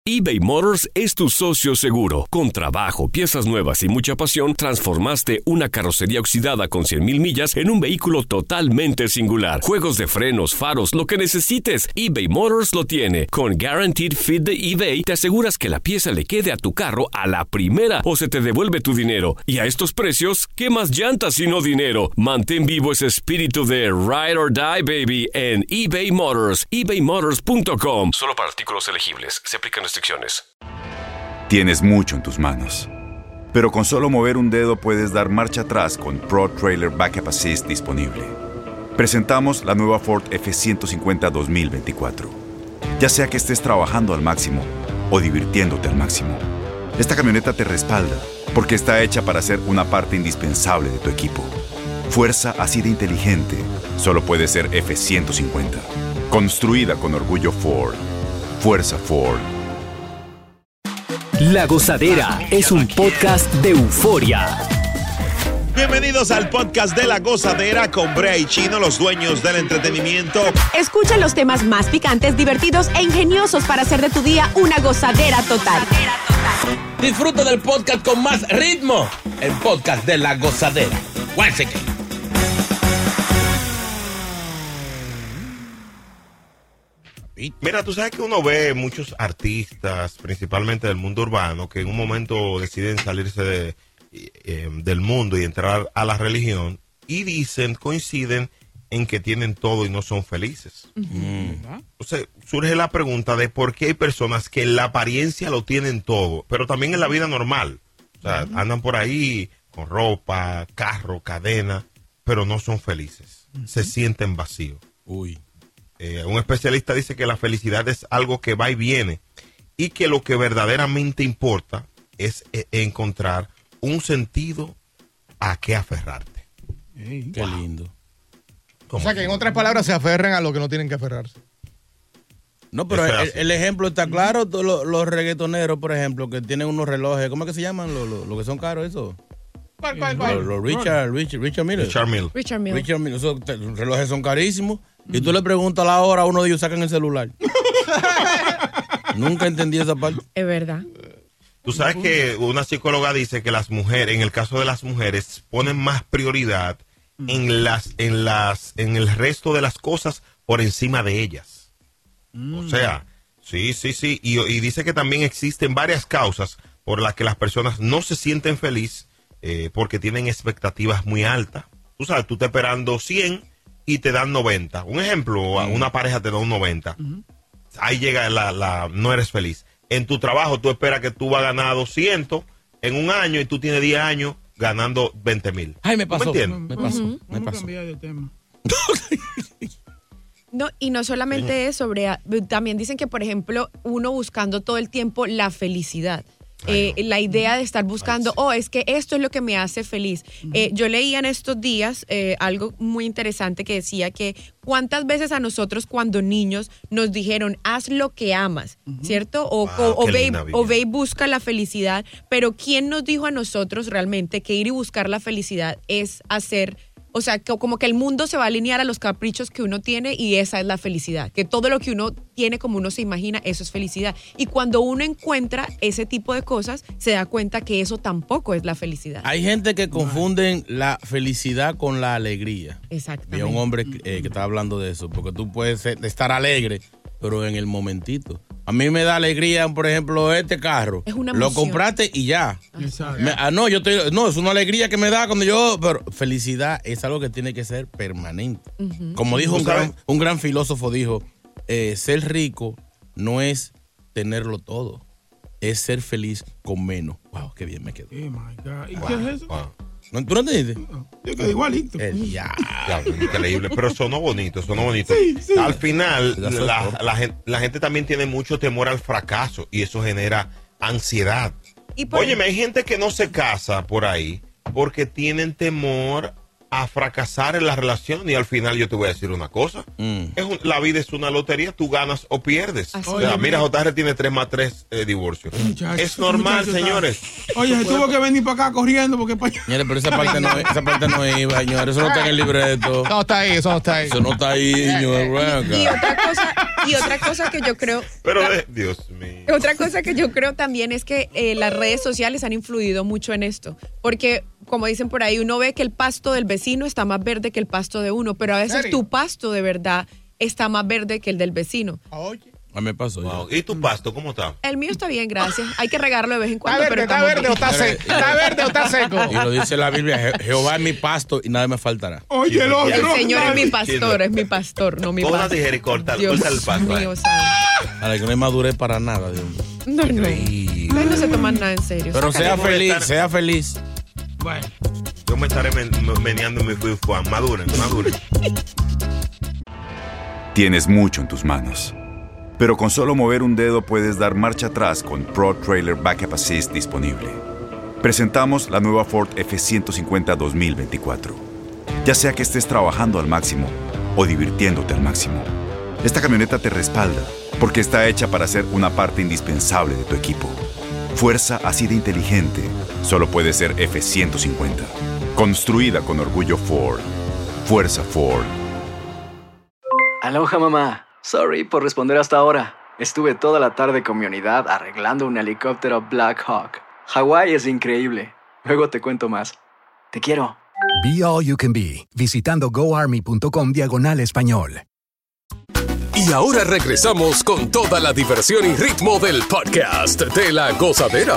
eBay Motors es tu socio seguro. Con trabajo, piezas nuevas y mucha pasión, transformaste una carrocería oxidada con 100,000 millas en un vehículo totalmente singular. Juegos de frenos, faros, lo que necesites, eBay Motors lo tiene. Con Guaranteed Fit de eBay, te aseguras que la pieza le quede a tu carro a la primera o se te devuelve tu dinero. Y a estos precios, ¿qué más llantas sino dinero? Mantén vivo ese espíritu de Ride or Die, baby, en eBay Motors. ebaymotors.com. Solo para artículos elegibles. Se aplican restricciones. Tienes mucho en tus manos, pero con solo mover un dedo puedes dar marcha atrás con Pro Trailer Backup Assist disponible. Presentamos la nueva Ford F-150 2024. Ya sea que estés trabajando al máximo o divirtiéndote al máximo, esta camioneta te respalda porque está hecha para ser una parte indispensable de tu equipo. Fuerza así de inteligente solo puede ser F-150. Construida con orgullo Ford. Fuerza Ford. La Gozadera es un podcast de euforia. Bienvenidos al podcast de La Gozadera con Brea y Chino, los dueños del entretenimiento. Escucha los temas más picantes, divertidos e ingeniosos para hacer de tu día una gozadera total. Disfruta del podcast con más ritmo, el podcast de La Gozadera. Once again. Mira, tú sabes que uno ve muchos artistas, principalmente del mundo urbano, que en un momento deciden salirse del mundo y entrar a la religión y coinciden en que tienen todo y no son felices. Entonces surge la pregunta de por qué hay personas que en la apariencia lo tienen todo, pero también en la vida normal. O sea, andan por ahí con ropa, carro, cadena, pero no son felices. Se sienten vacíos. Un especialista dice que la felicidad es algo que va y viene y que lo que verdaderamente importa es encontrar un sentido a qué aferrarte. Qué lindo. O sea, que en otras palabras se aferran a lo que no tienen que aferrarse. No, pero el ejemplo está claro. Los reggaetoneros, por ejemplo, que tienen unos relojes, ¿cómo es que se llaman? Los que son caros, eso. ¿Cuál? Los Richard Mille. Richard Mille. Esos relojes son carísimos. Y tú le preguntas la hora, uno de ellos sacan el celular. Nunca entendí esa parte. Es verdad. Tú sabes que una psicóloga dice que las mujeres, en el caso de las mujeres, ponen más prioridad en el resto de las cosas por encima de ellas. O sea, sí. Y dice que también existen varias causas por las que las personas no se sienten felices porque tienen expectativas muy altas. Tú sabes, tú estás esperando 100 y te dan 90. Un ejemplo, una pareja te da un 90. Ahí llega no eres feliz. En tu trabajo tú esperas que tú vas a ganar 200 en un año y tú tienes 10 años ganando 20,000. Ay, me pasó. ¿Me pasó? Vamos a cambiar de tema. No, y no solamente eso, Brea, también dicen que, por ejemplo, uno buscando todo el tiempo la felicidad. La idea de estar buscando, es que esto es lo que me hace feliz. Yo leía en estos días algo muy interesante que decía que cuántas veces a nosotros cuando niños nos dijeron, haz lo que amas, ¿cierto? O ve y busca la felicidad, pero ¿quién nos dijo a nosotros realmente que ir y buscar la felicidad es hacer? O sea, como que el mundo se va a alinear a los caprichos que uno tiene y esa es la felicidad. Que todo lo que uno tiene como uno se imagina, eso es felicidad. Y cuando uno encuentra ese tipo de cosas, se da cuenta que eso tampoco es la felicidad. Hay gente que confunden la felicidad con la alegría. Exactamente. Había un hombre que estaba hablando de eso, porque tú puedes estar alegre, pero en el momentito. A mí me da alegría, por ejemplo, este carro. Es una lo emoción. compraste y ya. Exacto. No, es una alegría que me da cuando pero felicidad es algo que tiene que ser permanente. Como dijo un gran filósofo, dijo, ser rico no es tenerlo todo, es ser feliz con menos. Wow, qué bien me quedó. Oh my God. ¿Y qué es eso? Wow. ¿Tú no entendiste? Yo quedé igualito. Ya, increíble, pero sonó bonito. Sí. Al final, la gente también tiene mucho temor al fracaso y eso genera ansiedad. Óyeme, hay gente que no se casa por ahí porque tienen temor a fracasar en la relación y al final yo te voy a decir una cosa. La vida es una lotería, tú ganas o pierdes. O sea, mira, JR tiene 3 más 3 divorcios. Es normal, señores. Oye, se tuvo que venir para acá corriendo porque Señores, pero esa parte no iba, señores. Eso no está en el libreto. No está ahí, eso no está ahí. Eso no está ahí, señor. Y otra cosa que yo creo... Pero, Dios mío. Otra cosa que yo creo también es que las redes sociales han influido mucho en esto. Porque, como dicen por ahí, uno ve que el pasto del vecino está más verde que el pasto de uno, pero a veces tu pasto de verdad está más verde que el del vecino. Oye. A mí me pasó. Wow. ¿Y tu pasto cómo está? El mío está bien, gracias. Hay que regarlo de vez en cuando. ¿Está verde o está seco? ¿Está verde o está seco? Y lo dice la Biblia, Jehová es mi pasto y nada me faltará. Oye, el otro. El Señor es mi pastor, no mi Coge pasto. la tijera y corta el pasto. Mío, santo. A la que no hay madurez para nada, Dios mío. No. Ustedes no se toman nada en serio. Pero sea feliz. Bueno. Yo me estaré meneando en mi fuifua. Maduren. Tienes mucho en tus manos. Pero con solo mover un dedo puedes dar marcha atrás con Pro Trailer Backup Assist disponible. Presentamos la nueva Ford F-150 2024. Ya sea que estés trabajando al máximo o divirtiéndote al máximo, esta camioneta te respalda porque está hecha para ser una parte indispensable de tu equipo. Fuerza así de inteligente solo puede ser F-150. Construida con orgullo Ford. Fuerza Ford. Aloha, mamá. Sorry por responder hasta ahora. Estuve toda la tarde con mi unidad arreglando un helicóptero Black Hawk. Hawái es increíble. Luego te cuento más. Te quiero. Be All You Can Be, visitando goarmy.com/español. Y ahora regresamos con toda la diversión y ritmo del podcast de La Gozadera.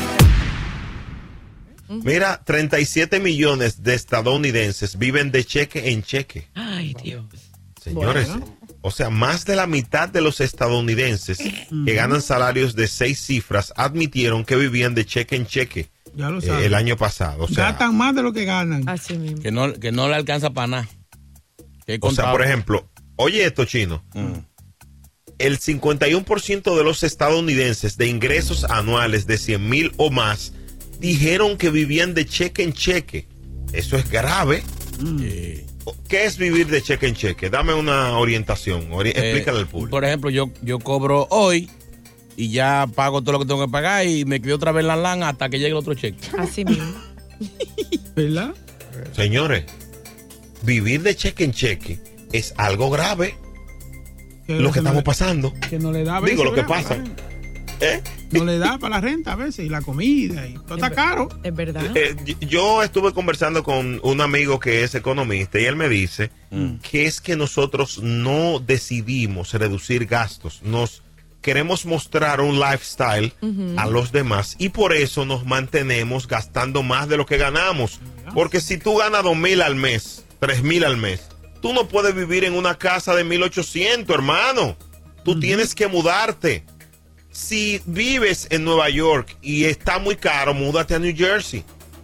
Mira, 37 millones de estadounidenses viven de cheque en cheque. Ay, Dios. Señores, o sea, más de la mitad de los estadounidenses que ganan salarios de 6 cifras admitieron que vivían de cheque en cheque Ya lo sabes. el año pasado. O sea, gastan más de lo que ganan. Así mismo. Que no le alcanza para nada. O sea, por ejemplo, oye esto, Chino. El 51% de los estadounidenses de ingresos anuales de 100,000 o más dijeron que vivían de cheque en cheque. Eso es grave. ¿Qué es vivir de cheque en cheque? Dame una orientación. Explícale al público. Por ejemplo, yo cobro hoy y ya pago todo lo que tengo que pagar y me quedo otra vez en la lana hasta que llegue el otro cheque. Así mismo. ¿Verdad? Señores, vivir de cheque en cheque es algo grave. Lo que estamos pasando. Que no le da a Digo, lo que ¿verdad? pasa. No le da para la renta a veces y la comida y todo está caro. Es verdad. Yo estuve conversando con un amigo que es economista y él me dice que es que nosotros no decidimos reducir gastos, nos queremos mostrar un lifestyle a los demás y por eso nos mantenemos gastando más de lo que ganamos. Porque si tú ganas 2,000 al mes, 3,000 al mes, tú no puedes vivir en una casa de 1,800, hermano. Tú tienes que mudarte. Si vives en Nueva York y está muy caro, múdate a New Jersey.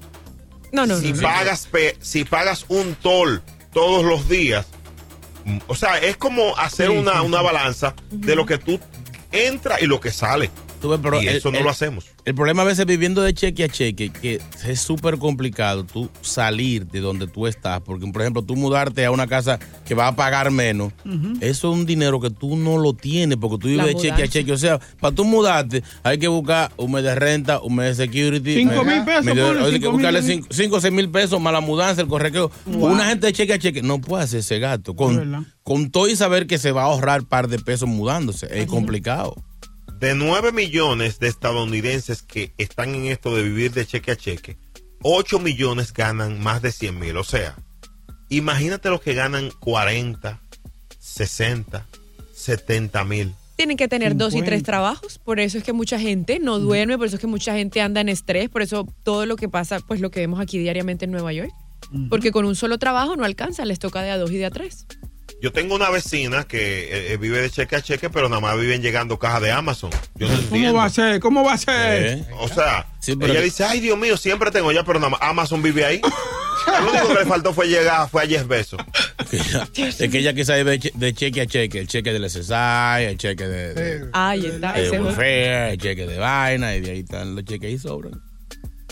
Si pagas un toll todos los días, o sea, es como hacer una balanza de lo que tú entra y lo que sale. Pero y eso no lo hacemos. El problema a veces viviendo de cheque a cheque, que es súper complicado tú salir de donde tú estás, porque por ejemplo tú mudarte a una casa que va a pagar menos, eso es un dinero que tú no lo tienes porque tú vives de cheque a cheque. O sea, para tú mudarte hay que buscar un mes de renta, un mes de security. 5,000 pesos. Hay que buscarle 5 o 6 mil pesos más la mudanza, el correo. Una gente de cheque a cheque no puede hacer ese gasto. Con todo y saber que se va a ahorrar un par de pesos mudándose. Es complicado. De 9 millones de estadounidenses que están en esto de vivir de cheque a cheque, 8 millones ganan más de 100,000. O sea, imagínate los que ganan 40, 60, 70,000. Tienen que tener 2 y 3 trabajos, por eso es que mucha gente no duerme, por eso es que mucha gente anda en estrés, por eso todo lo que pasa, pues lo que vemos aquí diariamente en Nueva York, porque con un solo trabajo no alcanza, les toca de a 2 y de a 3. Yo tengo una vecina que vive de cheque a cheque, pero nada más viven llegando cajas de Amazon. Yo no entiendo. ¿Cómo va a ser? O sea, ella dice, ay Dios mío, siempre tengo ya, pero nada más Amazon vive ahí. Lo único que le faltó fue llegar, fue a Jeff Bezos. Es que ella quizá vive de cheque a cheque, el cheque del SSI, el cheque de Ahí está. welfare, el cheque de vaina, y de ahí están los cheques y sobran.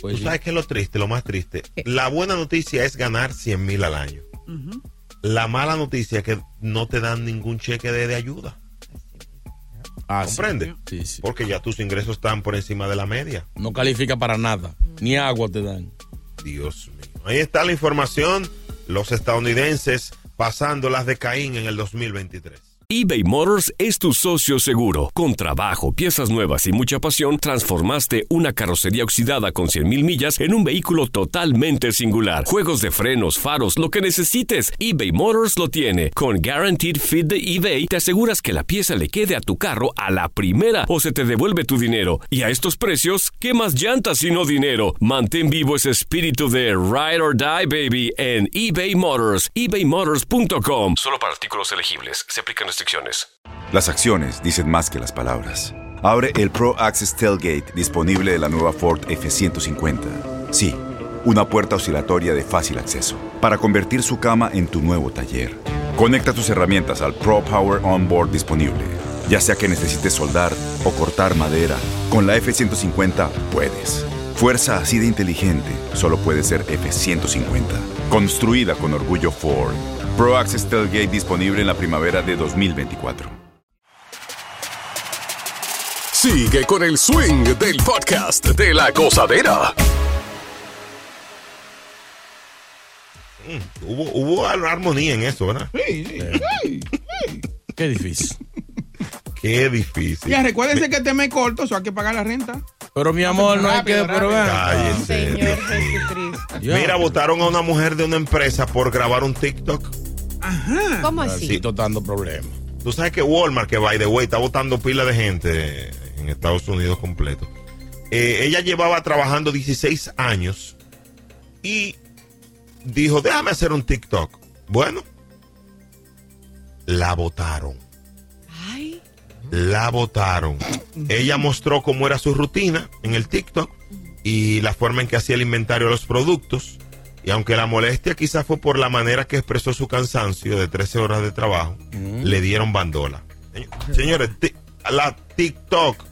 Pues tú sabes que es lo triste, lo más triste. La buena noticia es ganar 100,000 al año. La mala noticia es que no te dan ningún cheque de ayuda. ¿Comprende? Sí. Porque ya tus ingresos están por encima de la media. No califica para nada. Ni agua te dan. Dios mío. Ahí está la información. Los estadounidenses pasando las de Caín en el 2023. eBay Motors es tu socio seguro. Con trabajo, piezas nuevas y mucha pasión, transformaste una carrocería oxidada con 100,000 millas en un vehículo totalmente singular. Juegos de frenos, faros, lo que necesites, eBay Motors lo tiene. Con Guaranteed Fit de eBay, te aseguras que la pieza le quede a tu carro a la primera o se te devuelve tu dinero. Y a estos precios, ¿qué más llantas y no dinero? Mantén vivo ese espíritu de Ride or Die, baby, en eBay Motors. ebaymotors.com. Solo para artículos elegibles. Se aplican restricciones. Las acciones dicen más que las palabras. Abre el Pro Access Tailgate disponible de la nueva Ford F-150. Sí, una puerta oscilatoria de fácil acceso para convertir su cama en tu nuevo taller. Conecta tus herramientas al Pro Power Onboard disponible. Ya sea que necesites soldar o cortar madera, con la F-150 puedes. Fuerza así de inteligente solo puede ser F-150. Construida con orgullo Ford. Pro Access Tailgate disponible en la primavera de 2024. Sigue con el swing del podcast de La Gozadera. Hubo armonía en eso, ¿verdad? Sí. Qué difícil. Qué difícil. Ya, recuérdense que este mes corto, eso hay que pagar la renta. Pero mi amor, no hay que... Pero vean. Cállese. Señor Jesucristo. Mira, votaron a una mujer de una empresa por grabar un TikTok. Ajá. ¿Cómo así? Sí, dando problemas. Tú sabes que Walmart, que by the way, está votando pila de gente en Estados Unidos completo. Ella llevaba trabajando 16 años y dijo, déjame hacer un TikTok. Bueno, la votaron. Ay. La votaron. Ella mostró cómo era su rutina en el TikTok y la forma en que hacía el inventario de los productos. Y aunque la molestia quizás fue por la manera que expresó su cansancio de 13 horas de trabajo, le dieron bandola. Señores, la TikTok,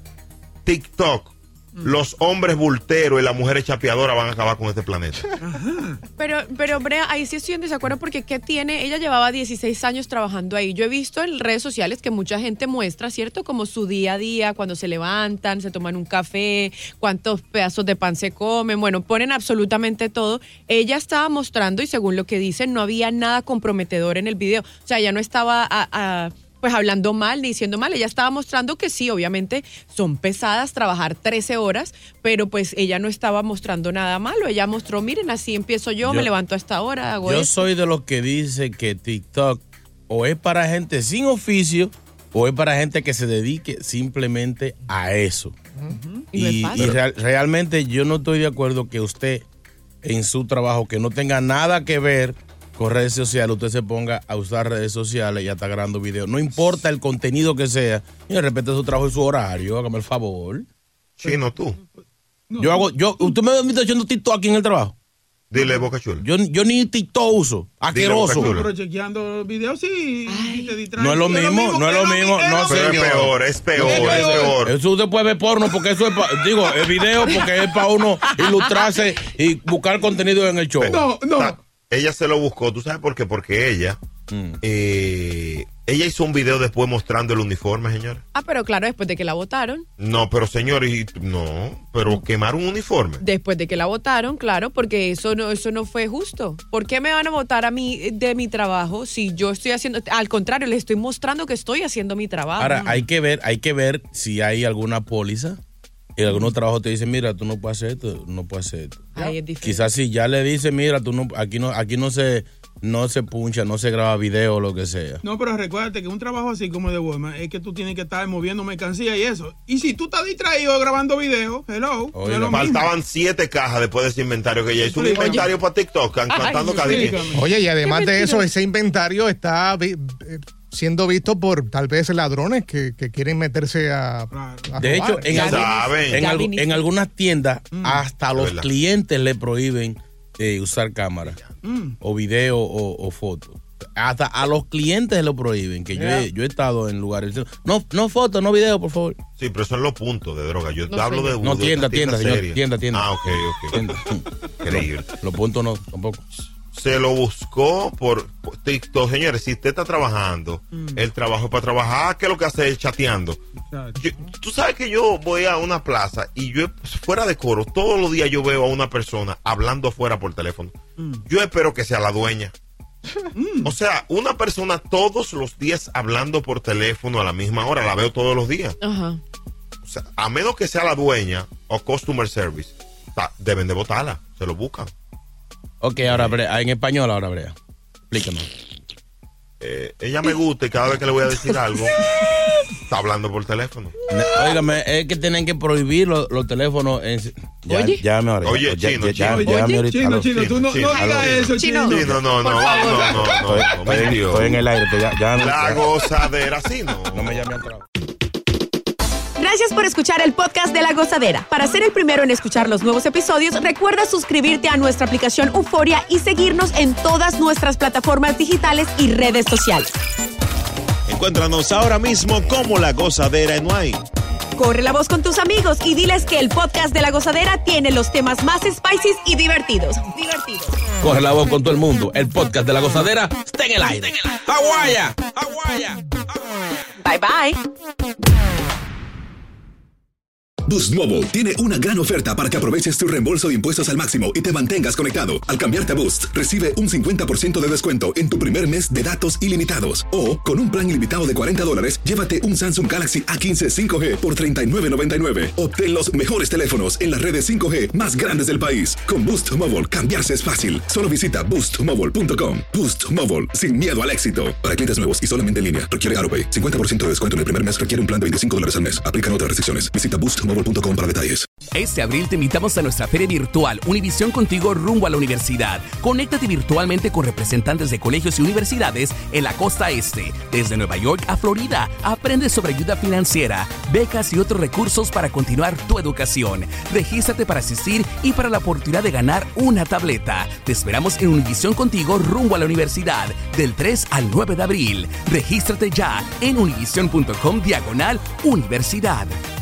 los hombres bulteros y las mujeres chapeadoras van a acabar con este planeta. Pero Brea, ahí sí estoy en desacuerdo porque ¿qué tiene? Ella llevaba 16 años trabajando ahí. Yo he visto en redes sociales que mucha gente muestra, ¿cierto? Como su día a día, cuando se levantan, se toman un café, cuántos pedazos de pan se comen, bueno, ponen absolutamente todo. Ella estaba mostrando y según lo que dicen, no había nada comprometedor en el video. O sea, ella no estaba pues hablando mal ni diciendo mal, ella estaba mostrando que sí, obviamente son pesadas trabajar 13 horas, pero pues ella no estaba mostrando nada malo, ella mostró, miren, así empiezo yo me levanto a esta hora, hago Yo esto. soy de los que dice que TikTok o es para gente sin oficio o es para gente que se dedique simplemente a eso. Y realmente yo no estoy de acuerdo que usted en su trabajo que no tenga nada que ver con redes sociales, usted se ponga a usar redes sociales y a estar grabando videos. No importa el contenido que sea, y respete su trabajo y su horario, hágame el favor. Chino, tú. ¿Usted me ha visto haciendo TikTok aquí en el trabajo? Dile, Boca Chula. Yo ni TikTok uso. Asqueroso. Pero chequeando videos, sí. Te distraes. No es lo mismo, no es lo mismo. No, señor. Es peor. Eso usted puede ver porno porque eso es el video porque es para uno ilustrarse y buscar contenido en el show. No. Ella se lo buscó, ¿tú sabes por qué? Porque ella hizo un video después mostrando el uniforme, señor. Pero claro, después de que la votaron. No, pero señor, pero quemaron un uniforme. Después de que la votaron, claro, porque eso no fue justo. ¿Por qué me van a votar a mí de mi trabajo si yo estoy haciendo, al contrario, les estoy mostrando que estoy haciendo mi trabajo? Ahora, hay que ver si hay alguna póliza. Y algunos trabajos te dicen, mira, tú no puedes hacer esto, no puedes hacer esto. Ay, es difícil. Quizás si ya le dice, mira, tú no, aquí no se puncha, no se graba video o lo que sea. No, pero recuérdate que un trabajo así como el de Walmart es que tú tienes que estar moviendo mercancía y eso. Y si tú estás distraído grabando video, faltaban 7 cajas después de ese inventario que ella hizo. Un inventario para TikTok, cantando cada día. Oye, y además de eso, ese inventario está siendo visto por tal vez ladrones que quieren meterse a de robar. Hecho, en algunas tiendas hasta los clientes le prohíben usar cámara o video o foto. Hasta a los clientes se lo prohíben, que yo he estado en lugares. No fotos, no videos, por favor. Sí, pero eso es los puntos de droga. Yo No hablo sé. de No, tienda, señor, tienda. Ah, ok. Increíble. Los puntos no, tampoco. Se lo buscó por TikTok. Señores, si usted está trabajando, el trabajo es para trabajar. ¿Qué es lo que hace? Chateando. Tú sabes que yo voy a una plaza y yo, fuera de coro, todos los días yo veo a una persona hablando afuera por teléfono. Yo espero que sea la dueña. O sea, una persona todos los días hablando por teléfono a la misma hora, la veo todos los días. Ajá. O sea, a menos que sea la dueña o customer service, deben de botarla, se lo buscan. Ok, ahora Brea, en español ahora Brea. Explícame. Ella me gusta y cada vez que le voy a decir algo, está hablando por teléfono. Óigame, es que tienen que prohibir los teléfonos. Oye. Llámame ahora. Oye, Chino, Chino, tú no digas eso, Chino. No, estoy en el aire. Llámame. La gozadera, sí, no. No me llame al trabajo. Gracias por escuchar el podcast de La Gozadera. Para ser el primero en escuchar los nuevos episodios, recuerda suscribirte a nuestra aplicación Euforia y seguirnos en todas nuestras plataformas digitales y redes sociales. Encuéntranos ahora mismo como La Gozadera en Nuay. Corre la voz con tus amigos y diles que el podcast de La Gozadera tiene los temas más spicy y divertidos. Corre la voz con todo el mundo. El podcast de La Gozadera está en el aire. ¡Aguaya! Bye, bye. Boost Mobile tiene una gran oferta para que aproveches tu reembolso de impuestos al máximo y te mantengas conectado. Al cambiarte a Boost, recibe un 50% de descuento en tu primer mes de datos ilimitados. O, con un plan ilimitado de $40, llévate un Samsung Galaxy A15 5G por $39.99. Obtén los mejores teléfonos en las redes 5G más grandes del país. Con Boost Mobile, cambiarse es fácil. Solo visita boostmobile.com. Boost Mobile, sin miedo al éxito. Para clientes nuevos y solamente en línea, requiere AutoPay. 50% de descuento en el primer mes requiere un plan de $25 al mes. Aplican otras restricciones. Visita boostmobile.com para detalles. Este abril te invitamos a nuestra feria virtual Univisión Contigo rumbo a la universidad. Conéctate virtualmente con representantes de colegios y universidades en la costa este. Desde Nueva York a Florida, aprende sobre ayuda financiera, becas y otros recursos para continuar tu educación. Regístrate para asistir y para la oportunidad de ganar una tableta. Te esperamos en Univisión Contigo rumbo a la universidad del 3 al 9 de abril. Regístrate ya en univision.com/universidad.